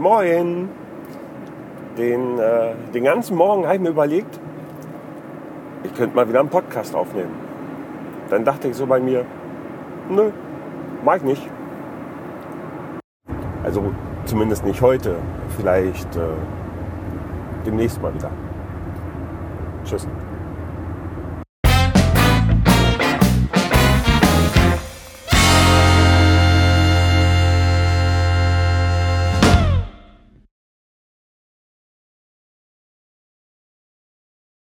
Moin! Den ganzen Morgen habe ich mir überlegt, ich könnte mal wieder einen Podcast aufnehmen. Dann dachte ich so bei mir, nö, mach ich nicht. Also zumindest nicht heute, vielleicht demnächst mal wieder. Tschüss.